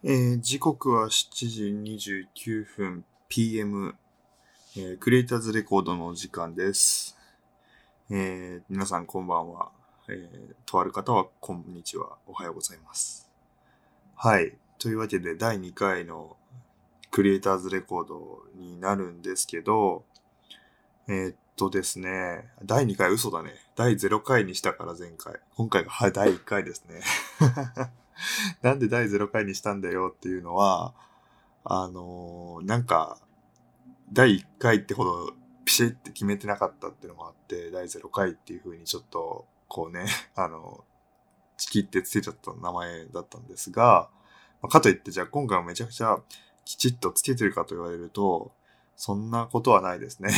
時刻は7時29分 PM、クリエイターズレコードの時間です。皆さんこんばんは、とある方はこんにちは。おはようございます。はい。というわけで第2回のクリエイターズレコードになるんですけど、ですね、第2回嘘だね。第0回にしたから前回。今回が第1回ですね。なんで第0回にしたんだよっていうのは、なんか、第1回ってほどピシッって決めてなかったっていうのもあって、第0回っていう風にちょっと、こうね、チキってつけちゃった名前だったんですが、かといってじゃあ今回はめちゃくちゃきちっとつけてるかと言われると、そんなことはないですね。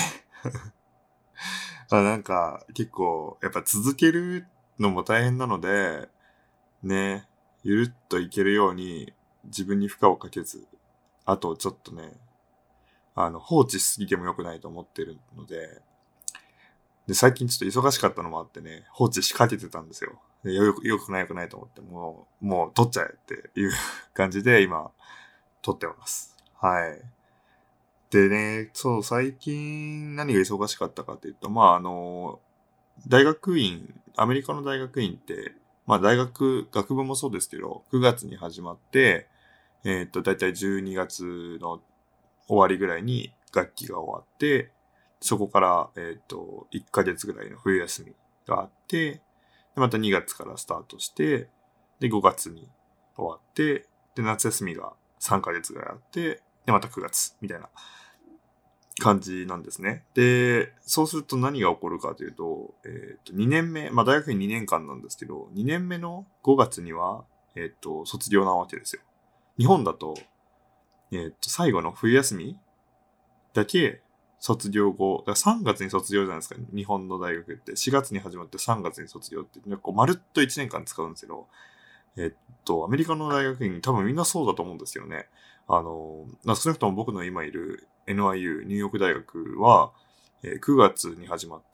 なんか結構やっぱ続けるのも大変なので、ね、ゆるっといけるように自分に負荷をかけず、あとちょっとね、放置しすぎても良くないと思ってるので、最近ちょっと忙しかったのもあってね、放置しかけてたんですよ。でよくないと思って、もう撮っちゃえっていう感じで今、撮ってます。はい。でね、そう、最近何が忙しかったかっていうと、大学院、アメリカの大学院って、学部もそうですけど、9月に始まって、だいたい12月の終わりぐらいに学期が終わって、そこから、1ヶ月ぐらいの冬休みがあって、でまた2月からスタートして、で、5月に終わって、で、夏休みが3ヶ月ぐらいあって、で、また9月みたいな感じなんですね。で、そうすると何が起こるかというと、2年目、大学院2年間なんですけど、2年目の5月には、卒業なわけですよ。日本だと、最後の冬休みだけ卒業後、だから3月に卒業じゃないですか、日本の大学って。4月に始まって3月に卒業って、こうまるっと1年間使うんですけど、アメリカの大学院多分みんなそうだと思うんですよね。少なくとも僕の今いる NIU、ニューヨーク大学は、9月に始まって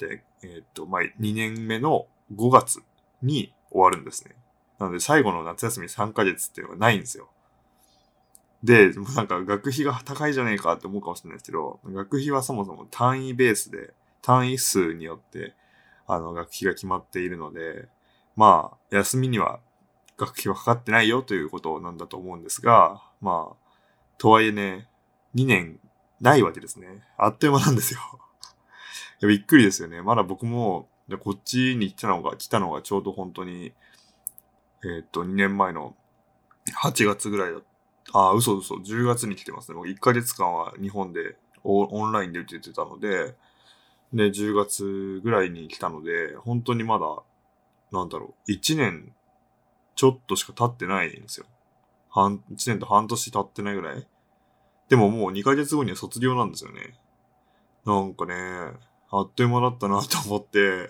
、2年目の5月に終わるんですね。なので最後の夏休み3ヶ月っていうのがないんですよ。で、なんか学費が高いじゃねえかって思うかもしれないですけど、学費はそもそも単位ベースで、単位数によって、学費が決まっているので、休みには学費はかかってないよということなんだと思うんですが、とはいえね、2年ないわけですね。あっという間なんですよ。びっくりですよね。まだ僕も、こっちに来たのがちょうど本当に、2年前の8月ぐらいだった。嘘。10月に来てますね。僕1ヶ月間は日本でオンラインで受けてたので、で、10月ぐらいに来たので、本当にまだ、1年ちょっとしか経ってないんですよ。1年と半年経ってないぐらい。でももう2ヶ月後には卒業なんですよね。なんかね、あっという間だったなと思って、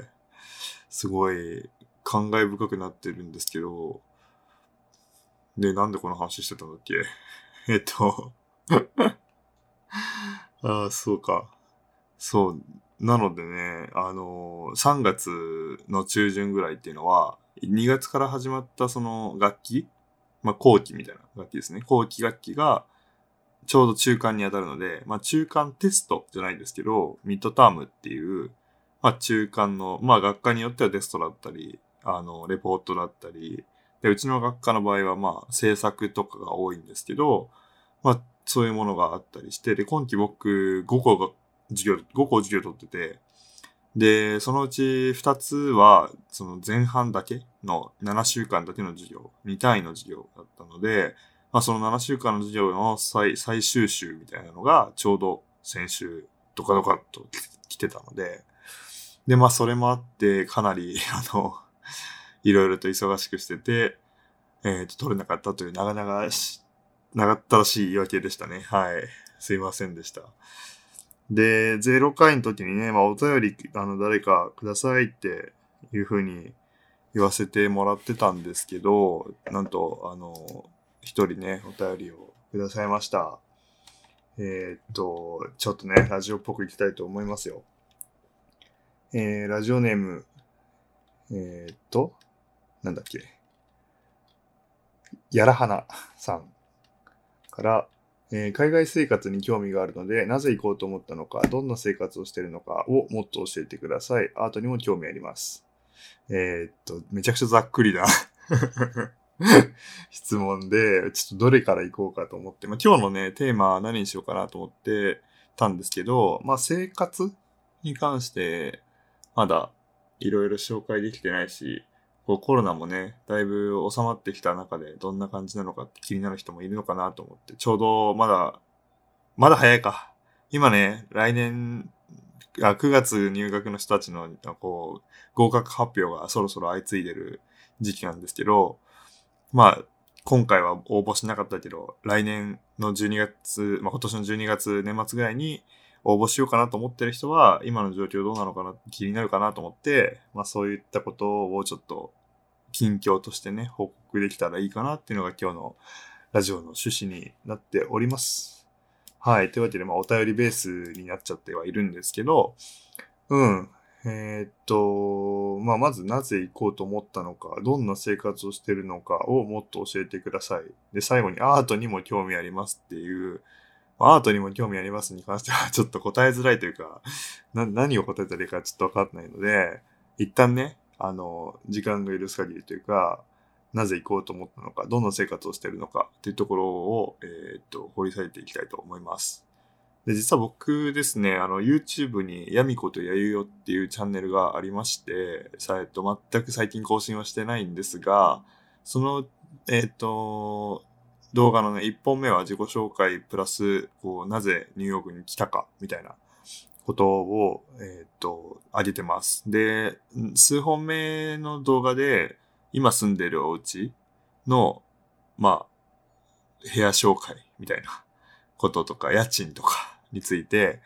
すごい感慨深くなってるんですけど、で、なんでこの話してたんだっけ。えっと、そうか。そう。なのでね、3月の中旬ぐらいっていうのは、2月から始まったその楽器、後期みたいな楽器ですね。後期楽器がちょうど中間に当たるので、中間テストじゃないんですけど、ミッドタームっていう、中間の、学科によってはテストだったり、レポートだったり、で、うちの学科の場合は制作とかが多いんですけど、そういうものがあったりして、で、今期僕5個授業取ってて、で、そのうち2つは、その前半だけの7週間だけの授業、2単位の授業だったので、その7週間の授業の最終週みたいなのが、ちょうど先週、ドカドカと来てたので、で、それもあって、かなり、いろいろと忙しくしてて、取れなかったという長ったらしい言い訳でしたね。はい。すいませんでした。で、0回の時にね、お便り、誰かくださいっていう風に言わせてもらってたんですけど、なんと、一人ね、お便りをくださいました。ちょっとね、ラジオっぽくいきたいと思いますよ。ラジオネーム、なんだっけ、やらはなさん。 から、海外生活に興味があるので、なぜ行こうと思ったのか、どんな生活をしているのかをもっと教えてください。アートにも興味あります。めちゃくちゃざっくりな質問で、ちょっとどれから行こうかと思って、今日のね、テーマは何にしようかなと思ってたんですけど、生活に関して、まだいろいろ紹介できてないし、コロナもね、だいぶ収まってきた中でどんな感じなのかって気になる人もいるのかなと思って、ちょうどまだ早いか。今ね、来年、9月入学の人たちの、合格発表がそろそろ相次いでる時期なんですけど、今回は応募しなかったけど、来年の12月、今年の12月年末ぐらいに応募しようかなと思ってる人は、今の状況どうなのかな、気になるかなと思って、そういったことをちょっと近況としてね、報告できたらいいかなっていうのが今日のラジオの趣旨になっております。はい。というわけで、お便りベースになっちゃってはいるんですけど、まずなぜ行こうと思ったのか、どんな生活をしているのかをもっと教えてください。で、最後にアートにも興味ありますっていう、アートにも興味ありますに関してはちょっと答えづらいというか、何を答えたらいいかちょっとわかんないので、一旦ね、時間が許す限りというか、なぜ行こうと思ったのか、どんな生活をしているのかっていうところを、掘り下げていきたいと思います。で、実は僕ですね、YouTube にヤミコとやゆよっていうチャンネルがありまして、全く最近更新はしてないんですが、その、動画のね、1本目は自己紹介プラス、なぜニューヨークに来たか、みたいなことを、上げてます。で、数本目の動画で、今住んでるお家の、部屋紹介みたいなこととか、家賃とかについて、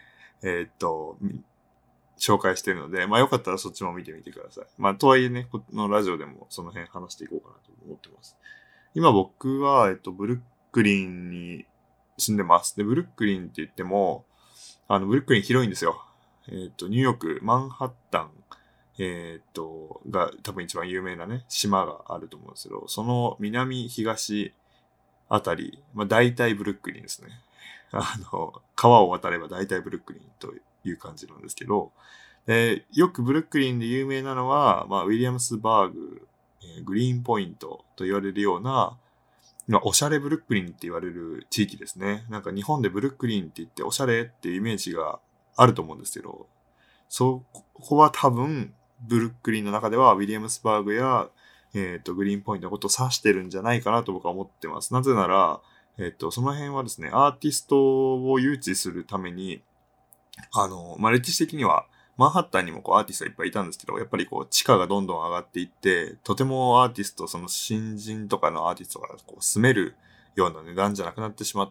紹介しているので、よかったらそっちも見てみてください。とはいえね、このラジオでもその辺話していこうかなと思ってます。今僕は、ブルックリンに住んでます。で、ブルックリンって言っても、ブルックリン広いんですよ。ニューヨーク、マンハッタン、が多分一番有名なね、島があると思うんですけど、その南、東あたり、大体ブルックリンですね。川を渡れば大体ブルックリンという感じなんですけど、よくブルックリンで有名なのは、ウィリアムスバーグ、グリーンポイントと言われるような、おしゃれブルックリンって言われる地域ですね。なんか日本でブルックリンって言っておしゃれっていうイメージがあると思うんですけど、そこは多分、ブルックリンの中ではウィリアムスバーグや、グリーンポイントのことを指してるんじゃないかなと僕は思ってます。なぜなら、その辺はですね、アーティストを誘致するために、歴史的には、マンハッタンにもアーティストがいっぱいいたんですけど、やっぱり地価がどんどん上がっていって、とてもアーティスト、その新人とかのアーティストが住めるような値段じゃなくなってしまって、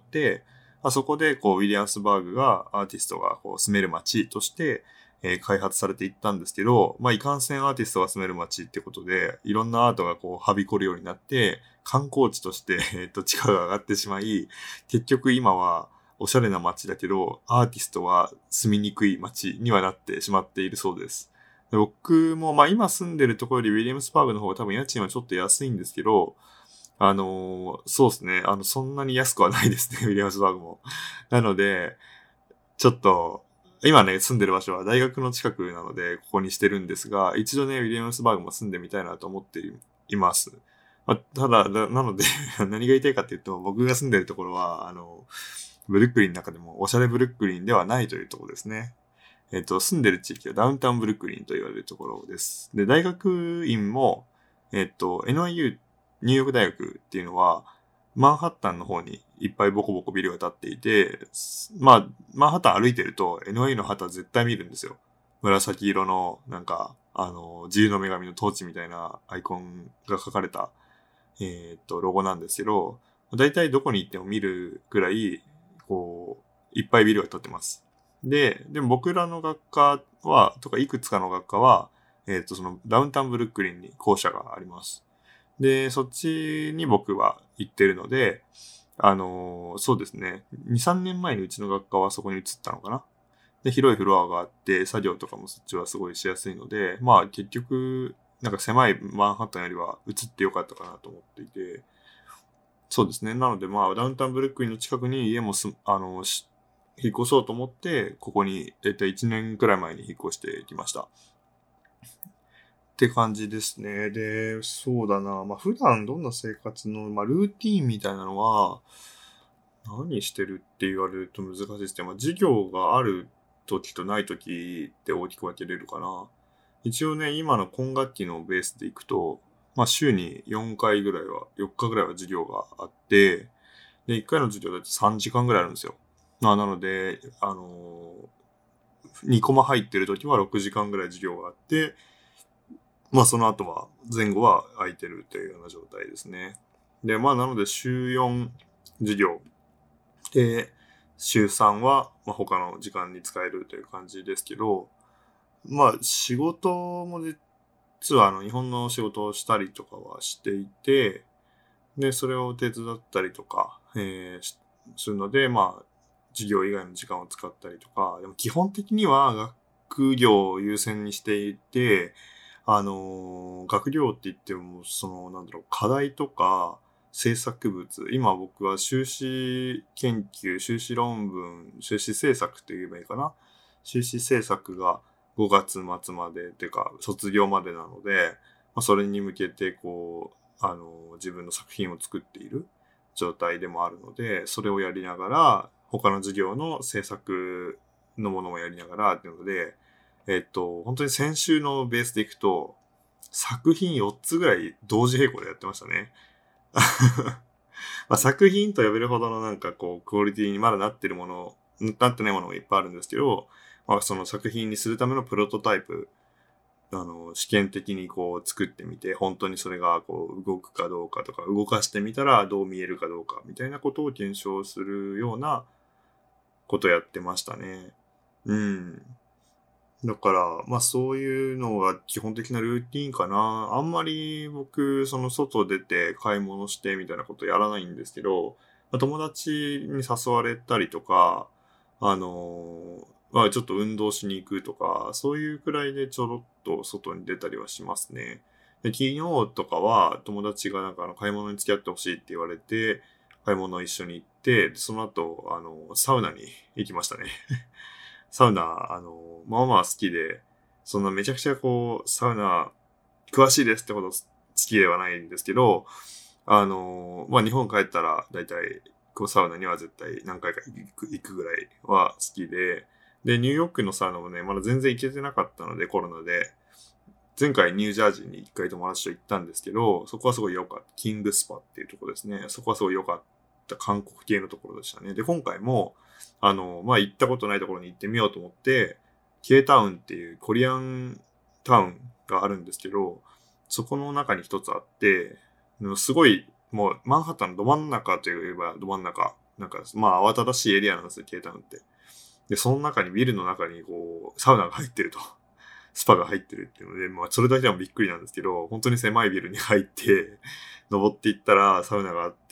そこでウィリアムスバーグがアーティストが住める街として、開発されていったんですけど、いかんせんアーティストが住める街ってことで、いろんなアートがはびこるようになって、観光地として、地価が上がってしまい、結局今は、おしゃれな街だけど、アーティストは住みにくい街にはなってしまっているそうです。で僕も、今住んでるところよりウィリアムスバーグの方が多分家賃はちょっと安いんですけど、そうですね。そんなに安くはないですね、ウィリアムスバーグも。なので、ちょっと、今ね、住んでる場所は大学の近くなので、ここにしてるんですが、一度ね、ウィリアムスバーグも住んでみたいなと思っています。ただ、なので何が言いたいかっていうと、僕が住んでるところは、ブルックリンの中でもおしゃれブルックリンではないというところですね。住んでる地域はダウンタウンブルックリンと言われるところです。で、大学院も、NYU、ニューヨーク大学っていうのは、マンハッタンの方にいっぱいボコボコビルが建っていて、マンハッタン歩いてると NYU の旗絶対見るんですよ。紫色の、自由の女神のトーチみたいなアイコンが書かれた、ロゴなんですけど、大体どこに行っても見るくらい、いっぱいビルが建ってます。でも僕らの学科は、とかいくつかの学科は、そのダウンタウンブルックリンに校舎があります。で、そっちに僕は行ってるので、そうですね。2、3年前にうちの学科はそこに移ったのかな。で、広いフロアがあって、作業とかもそっちはすごいしやすいので、結局、狭いマンハッタンよりは移ってよかったかなと思っていて、 そうですね。なのでまあ、ダウンタウンブルックリンの近くに家も引っ越そうと思って、ここに、1年くらい前に引っ越してきました。って感じですね。で、そうだな。まあ、普段どんな生活の、まあ、ルーティーンみたいなのは、何してるって言われると難しいですね。まあ、授業がある時とない時って大きく分けれるかな。一応ね、今の今学期のベースでいくと、まあ、週に4回ぐらいは、4日ぐらいは授業があって、で、1回の授業だって3時間ぐらいあるんですよ。まあ、なので、2コマ入ってる時は6時間ぐらい授業があって、まあその後は、前後は空いてるというような状態ですね。で、まあなので週4授業で、週3はまあ他の時間に使えるという感じですけど、まあ仕事も実は日本の仕事をしたりとかはしていて、で、それを手伝ったりとか、するので、まあ、授業以外の時間を使ったりとか、でも基本的には学業を優先にしていて、学業って言っても、課題とか制作物、今僕は修士研究、修士論文、修士制作って言えばいいかな。修士制作が5月末まで、てか、卒業までなので、まあ、それに向けて、自分の作品を作っている状態でもあるので、それをやりながら、他の授業の制作のものもやりながらっていうので、本当に先週のベースでいくと、作品4つぐらい同時並行でやってましたね。まあ、作品と呼べるほどのクオリティにまだなってるもの、なってないものもいっぱいあるんですけど、まあ、その作品にするためのプロトタイプ、試験的に作ってみて、本当にそれが動くかどうかとか、動かしてみたらどう見えるかどうかみたいなことを検証するようなことをやってましたね。うん。だから、まあそういうのが基本的なルーティンかな。あんまり僕、外出て買い物してみたいなことやらないんですけど、まあ、友達に誘われたりとか、まあちょっと運動しに行くとか、そういうくらいでちょろっと外に出たりはしますね。で、昨日とかは友達が買い物に付き合ってほしいって言われて、買い物一緒に行って、その後、サウナに行きましたね。サウナ、まあまあ好きで、そんなめちゃくちゃサウナ詳しいですってほど好きではないんですけど、まあ日本帰ったら大体、サウナには絶対何回か行くぐらいは好きで、で、ニューヨークのサウナもね、まだ全然行けてなかったので、コロナで、前回ニュージャージーに一回友達と行ったんですけど、そこはすごい良かった。キングスパっていうところですね。そこはすごい良かった韓国系のところでしたね。で、今回も、まあ、行ったことないところに行ってみようと思って、K タウンっていうコリアンタウンがあるんですけど、そこの中に一つあって、すごい、もう、マンハッタンのど真ん中といえばど真ん中、まあ、慌ただしいエリアなんですよ、K タウンって。で、その中に、ビルの中に、サウナが入ってると。スパが入ってるっていうので、まあ、それだけでもびっくりなんですけど、本当に狭いビルに入って、登っていったらサウナがあって、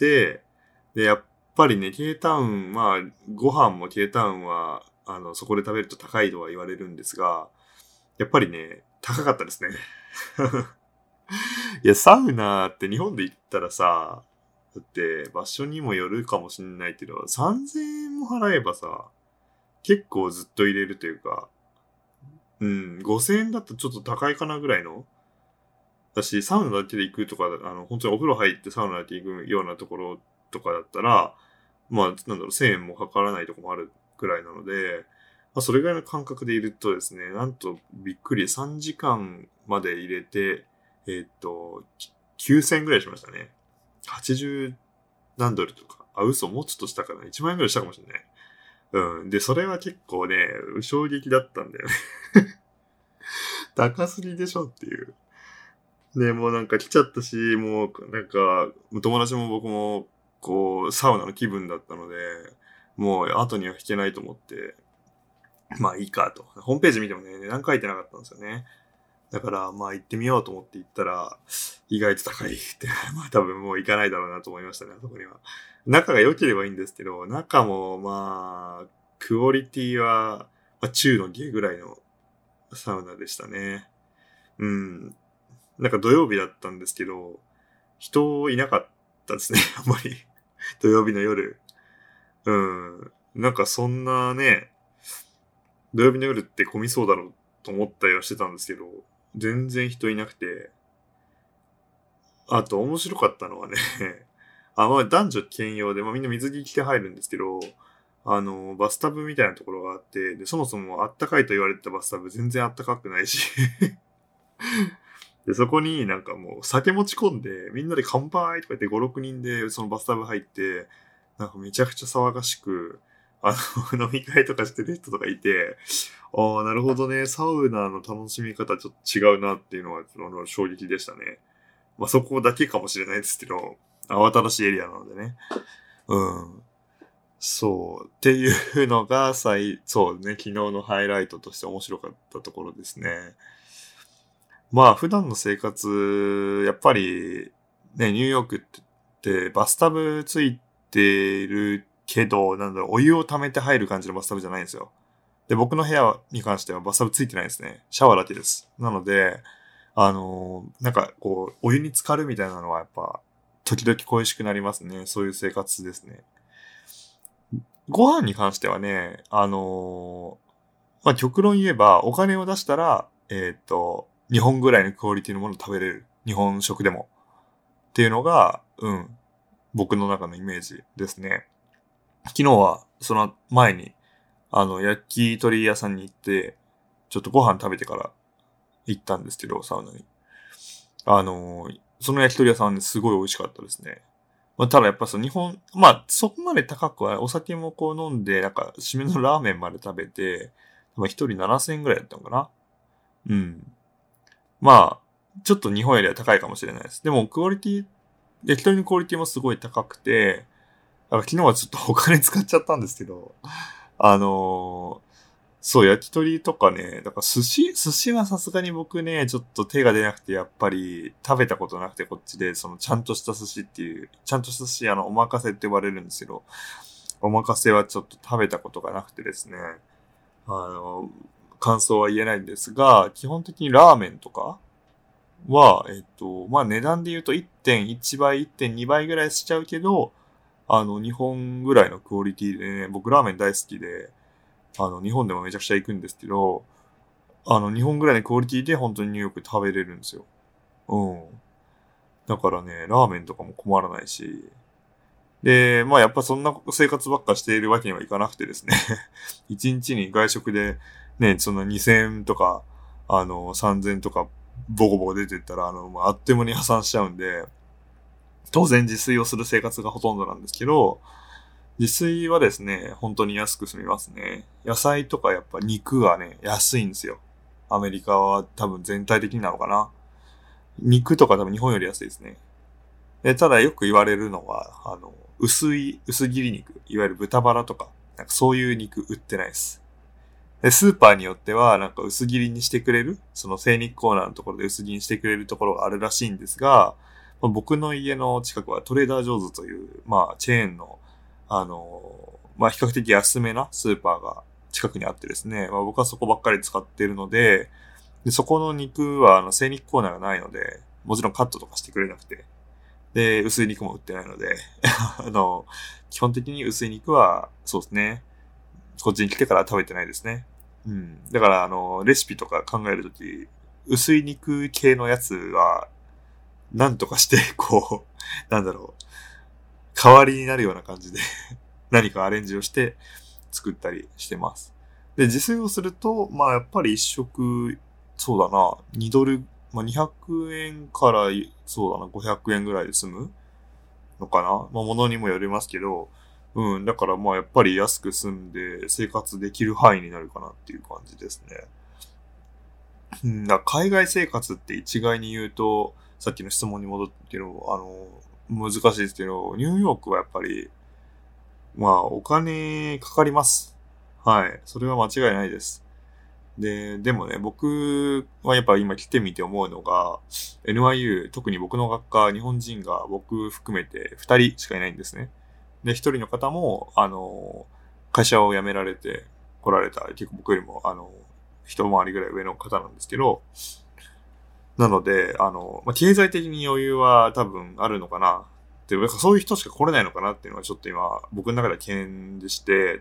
で、やっぱりね、K タウン、まあ、ご飯も K タウンは、そこで食べると高いとは言われるんですが、やっぱりね、高かったですね。いや、サウナって日本で行ったらさ、だって場所にもよるかもしんないけど、3000円も払えばさ、結構ずっと入れるというか、うん、5000円だとちょっと高いかなぐらいの。だし、サウナだけで行くとか、本当にお風呂入ってサウナだけ行くようなところとかだったら、まあ、1000円もかからないところもあるくらいなので、まあ、それぐらいの感覚でいるとですね、なんとびっくり3時間まで入れて、9000円ぐらいしましたね。80何ドルとか。あ、嘘、もうちょっとしたかな。1万円ぐらいしたかもしれない。うん。で、それは結構ね、衝撃だったんだよね。高すぎでしょっていう。で、もう来ちゃったし、もう友達も僕も、サウナの気分だったので、もう後には引けないと思って、まあいいかと。ホームページ見てもね、値段書いてなかったんですよね。だから、まあ行ってみようと思って行ったら、意外と高いって、まあ多分もう行かないだろうなと思いましたね、そこには。中が良ければいいんですけど、中もまあ、クオリティは、まあ、中の下ぐらいのサウナでしたね。うん。土曜日だったんですけど、人いなかったですね、あんまり。 土曜日の夜。なんかそんなね、土曜日の夜って混みそうだろうと思ったりはしてたんですけど、全然人いなくて、あと面白かったのはね、まあ男女兼用で、まあみんな水着着て入るんですけど、バスタブみたいなところがあって、で、そもそもあったかいと言われてたバスタブ全然あったかくないし、で、そこになんかもう酒持ち込んで、みんなで乾杯とか言って5、6人でそのバスタブ入って、なんかめちゃくちゃ騒がしく、飲み会とかしてる人とかいて、ああ、なるほどね、サウナの楽しみ方ちょっと違うなっていうのは、衝撃でしたね。まあ、そこだけかもしれないですけど、慌ただしいエリアなのでね。そう。っていうのが、そうね、昨日のハイライトとして面白かったところですね。まあ、普段の生活、やっぱり、ね、ニューヨークってバスタブついてるけど、お湯を溜めて入る感じのバスタブじゃないんですよ。で、僕の部屋に関してはバスタブついてないですね。シャワーだけです。なので、なんかこう、お湯に浸かるみたいなのはやっぱ、時々恋しくなりますね。そういう生活ですね。ご飯に関してはね、まあ、極論言えば、お金を出したら、日本ぐらいのクオリティのものを食べれる。日本食でも。っていうのが、僕の中のイメージですね。昨日は、その前に、焼き鳥屋さんに行って、ちょっとご飯食べてから行ったんですけど、サウナに。その焼き鳥屋さんね、すごい美味しかったですね。まあ、ただやっぱ日本、まあ、そこまで高くは、お酒もこう飲んで、なんか、締めのラーメンまで食べて、まあ、一人7000円ぐらいだったのかな。まあ、ちょっと日本よりは高いかもしれないです。でも、焼き鳥のクオリティもすごい高くて、だから昨日はちょっとお金使っちゃったんですけど、そう、焼き鳥とかね、だから寿司はさすがに僕ね、ちょっと手が出なくて、やっぱり食べたことなくて、こっちで、ちゃんとした寿司っていう、ちゃんとした寿司、おまかせって呼ばれるんですけど、おまかせはちょっと食べたことがなくてですね、感想は言えないんですが、基本的にラーメンとかは、まあ値段で言うと1.1倍、1.2倍ぐらいしちゃうけど、日本ぐらいのクオリティでね、僕ラーメン大好きで、日本でもめちゃくちゃ行くんですけど、日本ぐらいのクオリティで本当にニューヨーク食べれるんですよ。だからね、ラーメンとかも困らないし。で、まあやっぱそんな生活ばっかしているわけにはいかなくてですね。1日に外食で、ね、その2000とか、3000とか、ボコボコ出てったら、あっという間に破産しちゃうんで、当然自炊をする生活がほとんどなんですけど、自炊はですね、本当に安く済みますね。野菜とかやっぱ肉がね、安いんですよ。アメリカは多分全体的になのかな。肉とか多分日本より安いですね。ただよく言われるのは、薄切り肉、いわゆる豚バラとか、なんかそういう肉売ってないです。で、スーパーによっては、なんか薄切りにしてくれる、その精肉コーナーのところで薄切りにしてくれるところがあるらしいんですが、まあ、僕の家の近くはトレーダージョーズという、まあ、チェーンの、まあ、比較的安めなスーパーが近くにあってですね、まあ、僕はそこばっかり使っているので、そこの肉は、精肉コーナーがないので、もちろんカットとかしてくれなくて、で、薄い肉も売ってないので、基本的に薄い肉は、そうですね、こっちに来てから食べてないですね。だから、レシピとか考えるとき、薄い肉系のやつは、なんとかして、こう、なんだろう、代わりになるような感じで何かアレンジをして作ったりしてます。で、自炊をすると、まあやっぱり一食、そうだな、$2、まあ200円から、そうだな、500円ぐらいで済むのかな。まあ物にもよりますけど、だからまあやっぱり安く済んで生活できる範囲になるかなっていう感じですね。だから海外生活って一概に言うと、さっきの質問に戻ってけど、難しいですけど、ニューヨークはやっぱり、まあ、お金かかります。はい。それは間違いないです。でもね、僕はやっぱ今来てみて思うのが、NYU、特に僕の学科、日本人が僕含めて2人しかいないんですね。で、1人の方も、会社を辞められて来られた、結構僕よりも、一回りぐらい上の方なんですけど、なので、まあ、経済的に余裕は多分あるのかなっってる。そういう人しか来れないのかなっていうのはちょっと今、僕の中では懸念でして、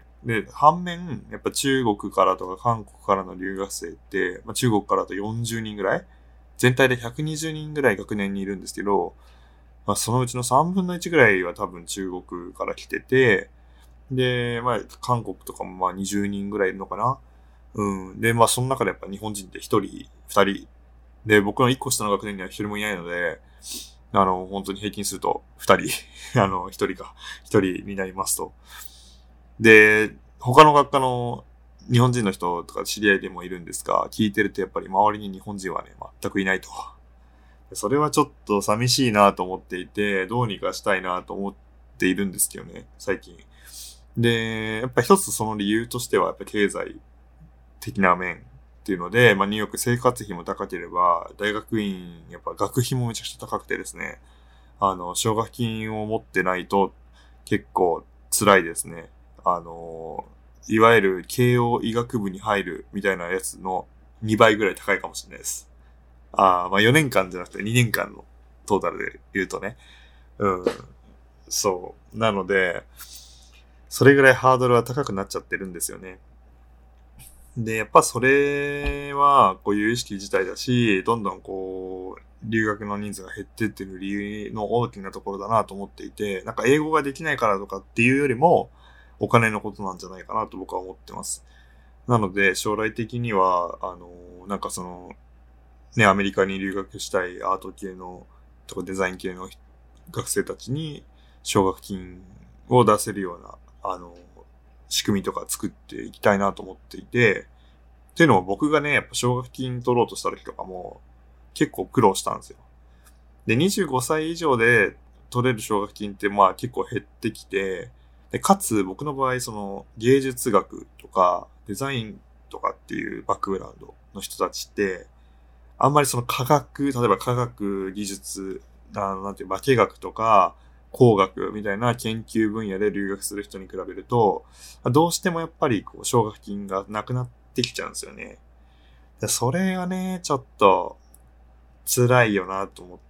で、反面、やっぱ中国からとか韓国からの留学生って、まあ、中国からだと40人ぐらい全体で120人ぐらい学年にいるんですけど、まあ、そのうちの3分の1ぐらいは多分中国から来てて、で、まあ、韓国とかもまあ20人ぐらいいるのかな。うん。で、まあ、その中でやっぱ日本人って1人、2人。で、僕の1個下の学年には1人もいないので、本当に平均すると2人、1人か、1人になりますと。で、他の学科の日本人の人とか知り合いでもいるんですが、聞いてるとやっぱり周りに日本人はね、全くいないと。それはちょっと寂しいなと思っていて、どうにかしたいなと思っているんですけどね、最近。で、やっぱ一つその理由としては、やっぱ経済的な面っていうので、まあニューヨーク生活費も高ければ、大学院、やっぱ学費もめちゃくちゃ高くてですね、奨学金を持ってないと結構辛いですね。いわゆる慶応医学部に入るみたいなやつの2倍ぐらい高いかもしれないです。まあ4年間じゃなくて2年間のトータルで言うとね。うん。そう。なので、それぐらいハードルは高くなっちゃってるんですよね。で、やっぱそれは、こういう意識自体だし、どんどんこう、留学の人数が減ってってる理由の大きなところだなと思っていて、なんか英語ができないからとかっていうよりも、お金のことなんじゃないかなと僕は思ってます。なので、将来的には、なんかその、ね、アメリカに留学したいアート系の、とかデザイン系の学生たちに、奨学金を出せるような、仕組みとか作っていきたいなと思っていて、っていうのも僕がね、やっぱ奨学金取ろうとした時とかも結構苦労したんですよ。で、25歳以上で取れる奨学金ってまあ結構減ってきて、で、かつ僕の場合その芸術学とかデザインとかっていうバックグラウンドの人たちって、あんまりその科学、例えば科学、技術、なんていう、化学とか、工学みたいな研究分野で留学する人に比べると、どうしてもやっぱりこう奨学金がなくなってきちゃうんですよね。でそれがね、ちょっと辛いよなと思って、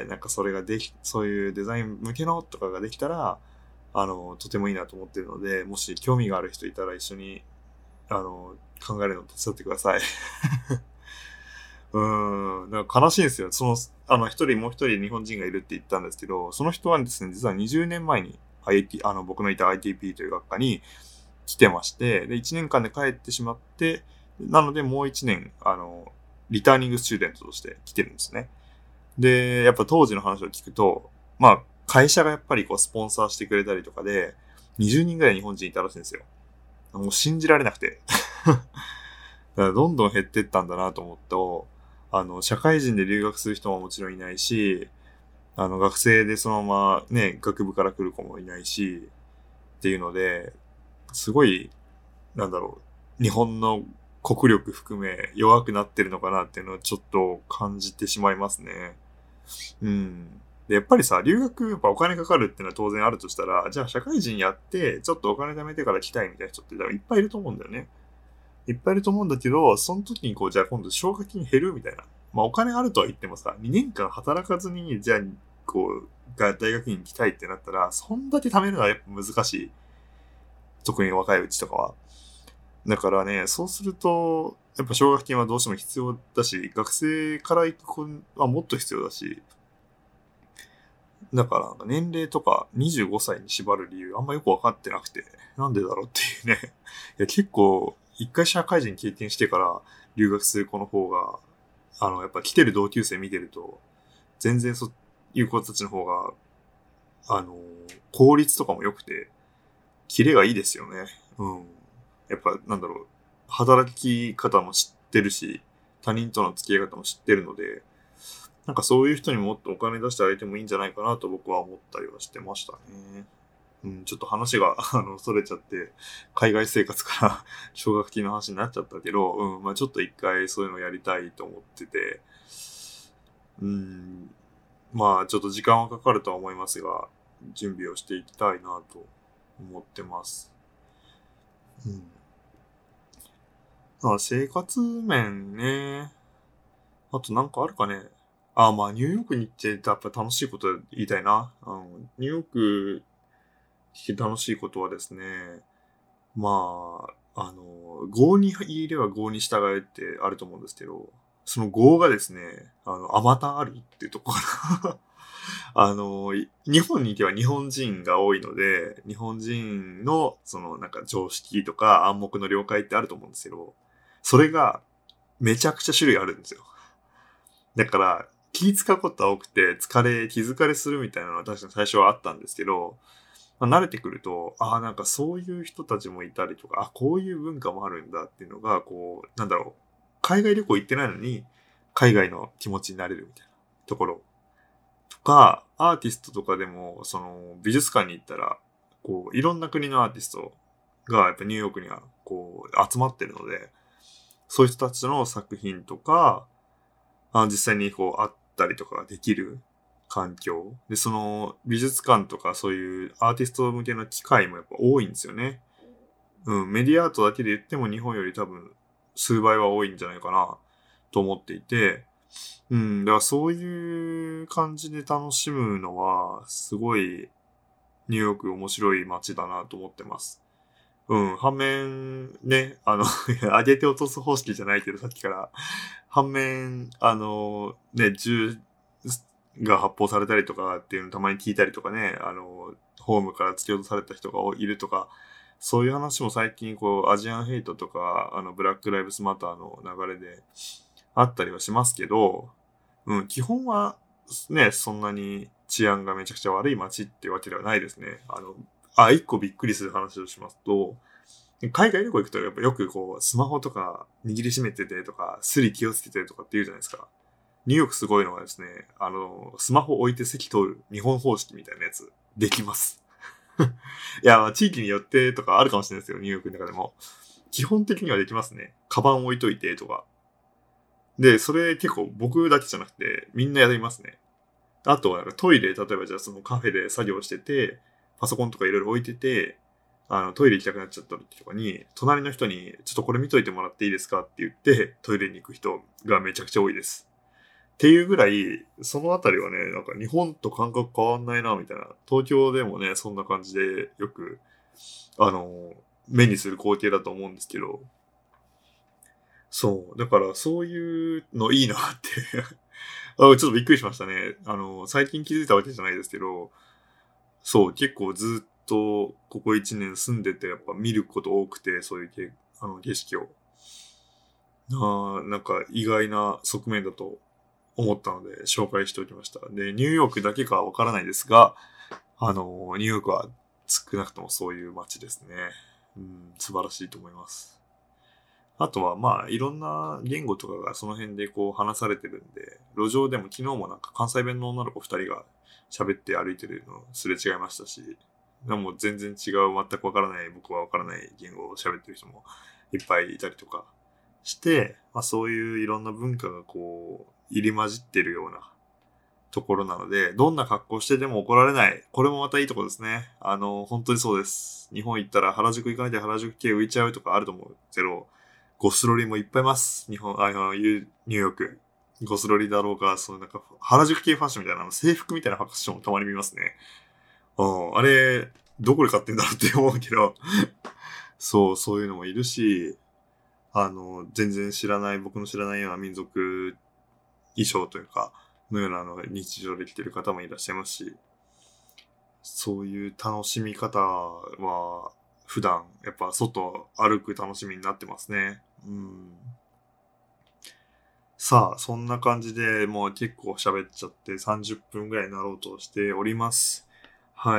なんかそれがそういうデザイン向けのとかができたら、とてもいいなと思ってるので、もし興味がある人いたら一緒に、考えるのを手伝ってください。なんか悲しいんですよ。もう一人日本人がいるって言ったんですけど、その人はですね、実は20年前に 僕のいた ITP という学科に来てまして、で、1年間で帰ってしまって、なのでもう1年、リターニングスチューデントとして来てるんですね。で、やっぱ当時の話を聞くと、まあ、会社がやっぱりこうスポンサーしてくれたりとかで、20人ぐらい日本人いたらしいんですよ。もう信じられなくて。だからどんどん減ってったんだなと思うと、社会人で留学する人ももちろんいないし、学生でそのままね、学部から来る子もいないし、っていうので、すごい、なんだろ日本の国力含め弱くなってるのかなっていうのをちょっと感じてしまいますね。うん。で、やっぱりさ、留学やっぱお金かかるっていうのは当然あるとしたら、じゃあ社会人やって、ちょっとお金貯めてから来たいみたいな人っていっぱいいると思うんだよね。いっぱいいると思うんだけど、その時にこう、じゃあ今度奨学金減るみたいな。まあお金あるとは言ってもさ、2年間働かずに、じゃあ、こう、大学院に行きたいってなったら、そんだけ貯めるのはやっぱ難しい。特に若いうちとかは。だからね、そうすると、やっぱ奨学金はどうしても必要だし、学生から行く子はもっと必要だし、だから年齢とか25歳に縛る理由あんまよくわかってなくて、なんでだろうっていうね。いや結構、一回社会人経験してから留学する子の方が、やっぱ来てる同級生見てると、全然そういう子たちの方が、効率とかも良くて、キレがいいですよね。うん。やっぱ、なんだろう、働き方も知ってるし、他人との付き合い方も知ってるので、なんかそういう人にもっとお金出してあげてもいいんじゃないかなと僕は思ったりはしてましたね。うん、ちょっと話が、それちゃって、海外生活から奨学金の話になっちゃったけど、まあちょっと一回そういうのやりたいと思ってて、うん、まあちょっと時間はかかるとは思いますが、準備をしていきたいなと思ってます。うん。まあ生活面ね、あとなんかあるかね。 まあ、ニューヨークに行ってやっぱ楽しいこと言いたいな。ニューヨーク来て楽しいことはですね、まあ、郷に入れば郷に従えってあると思うんですけど、その郷がですね、あまたあるっていうところかな。日本に行けば日本人が多いので、日本人のそのなんか常識とか暗黙の了解ってあると思うんですけど、それがめちゃくちゃ種類あるんですよ。だから、気使うことは多くて、気疲れするみたいなのは確かに最初はあったんですけど、慣れてくると、なんかそういう人たちもいたりとか、こういう文化もあるんだっていうのが、こう、なんだろう。海外旅行行ってないのに、海外の気持ちになれるみたいなところとか、アーティストとかでも、その、美術館に行ったら、こう、いろんな国のアーティストが、やっぱニューヨークには、こう、集まってるので、そういう人たちの作品とか、実際にこう、会ったりとかができる環境。で、その、美術館とかそういうアーティスト向けの機会もやっぱ多いんですよね。メディアアートだけで言っても日本より多分、数倍は多いんじゃないかな、と思っていて、だからそういう感じで楽しむのは、すごいニューヨーク面白い街だなと思ってます。反面、ね、上げて落とす方式じゃないけど、さっきから。反面、銃が発砲されたりとかっていうのたまに聞いたりとかね、ホームから突き落とされた人がいるとか、そういう話も最近、こう、アジアンヘイトとか、ブラックライブスマターの流れであったりはしますけど、基本は、ね、そんなに治安がめちゃくちゃ悪い街ってわけではないですね。一個びっくりする話をしますと、海外旅行行くとやっぱよくこう、スマホとか握りしめててとか、スリ気をつけてとかって言うじゃないですか。ニューヨークすごいのはですね、スマホ置いて席通る日本方式みたいなやつ、できます。いや、地域によってとかあるかもしれないですよ、ニューヨークの中でも。基本的にはできますね。カバン置いといてとか。で、それ結構僕だけじゃなくて、みんなやりますね。あとはなんかトイレ、例えばじゃあそのカフェで作業してて、パソコンとかいろいろ置いてて、トイレ行きたくなっちゃった時とかに、隣の人に、ちょっとこれ見といてもらっていいですかって言って、トイレに行く人がめちゃくちゃ多いです。っていうぐらい、そのあたりはね、なんか日本と感覚変わんないな、みたいな。東京でもね、そんな感じでよく、目にする光景だと思うんですけど、そう。だからそういうのいいなってちょっとびっくりしましたね。最近気づいたわけじゃないですけど、そう、結構ずっとここ1年住んでてやっぱ見ること多くて、そういう景色を。なんか意外な側面だと思ったので紹介しておきました。で、ニューヨークだけかはわからないですが、ニューヨークは少なくともそういう街ですね。素晴らしいと思います。あとはまあいろんな言語とかがその辺でこう話されてるんで、路上でも昨日もなんか関西弁の女の子2人が喋って歩いてるのすれ違いましたし、でも全然違う、全くわからない、僕はわからない言語を喋ってる人もいっぱいいたりとかして、そういういろんな文化がこう入り混じってるようなところなので、どんな格好してでも怒られない。これもまたいいところですね。本当にそうです。日本行ったら原宿行かないで原宿系浮いちゃうとかあると思うけど、ゴスロリもいっぱいいます。ニューヨーク。ゴスロリだろうか、なんか、原宿系ファッションみたいな、制服みたいなファッションもたまに見ますね。あれ、どこで買ってんだろうって思うけど、そういうのもいるし、全然僕の知らないような民族衣装というか、のようなのが日常で着てる方もいらっしゃいますし、そういう楽しみ方は、普段、やっぱ外歩く楽しみになってますね。さあ、そんな感じでもう結構喋っちゃって30分ぐらいになろうとしております。はい。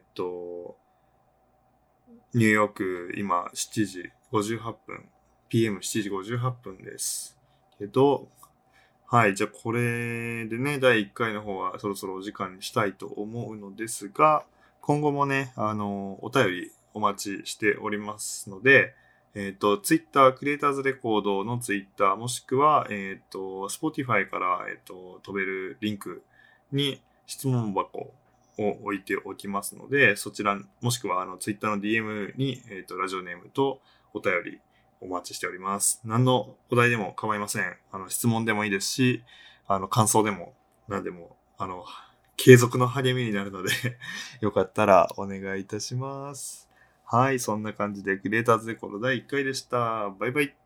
ニューヨーク今7時58分、PM7 時58分です。けど、はい。じゃあこれでね、第1回の方はそろそろお時間にしたいと思うのですが、今後もね、お便りお待ちしておりますので、ツイッター、クリエイターズレコードのツイッター、もしくは、Spotify から、飛べるリンクに質問箱を置いておきますので、そちら、もしくは、ツイッターの DM に、ラジオネームとお便りお待ちしております。何のお題でも構いません。質問でもいいですし、 感想でも、何でも、継続の励みになるのでよかったらお願いいたします。はい、そんな感じでクリエイターズデコの第1回でした。バイバイ。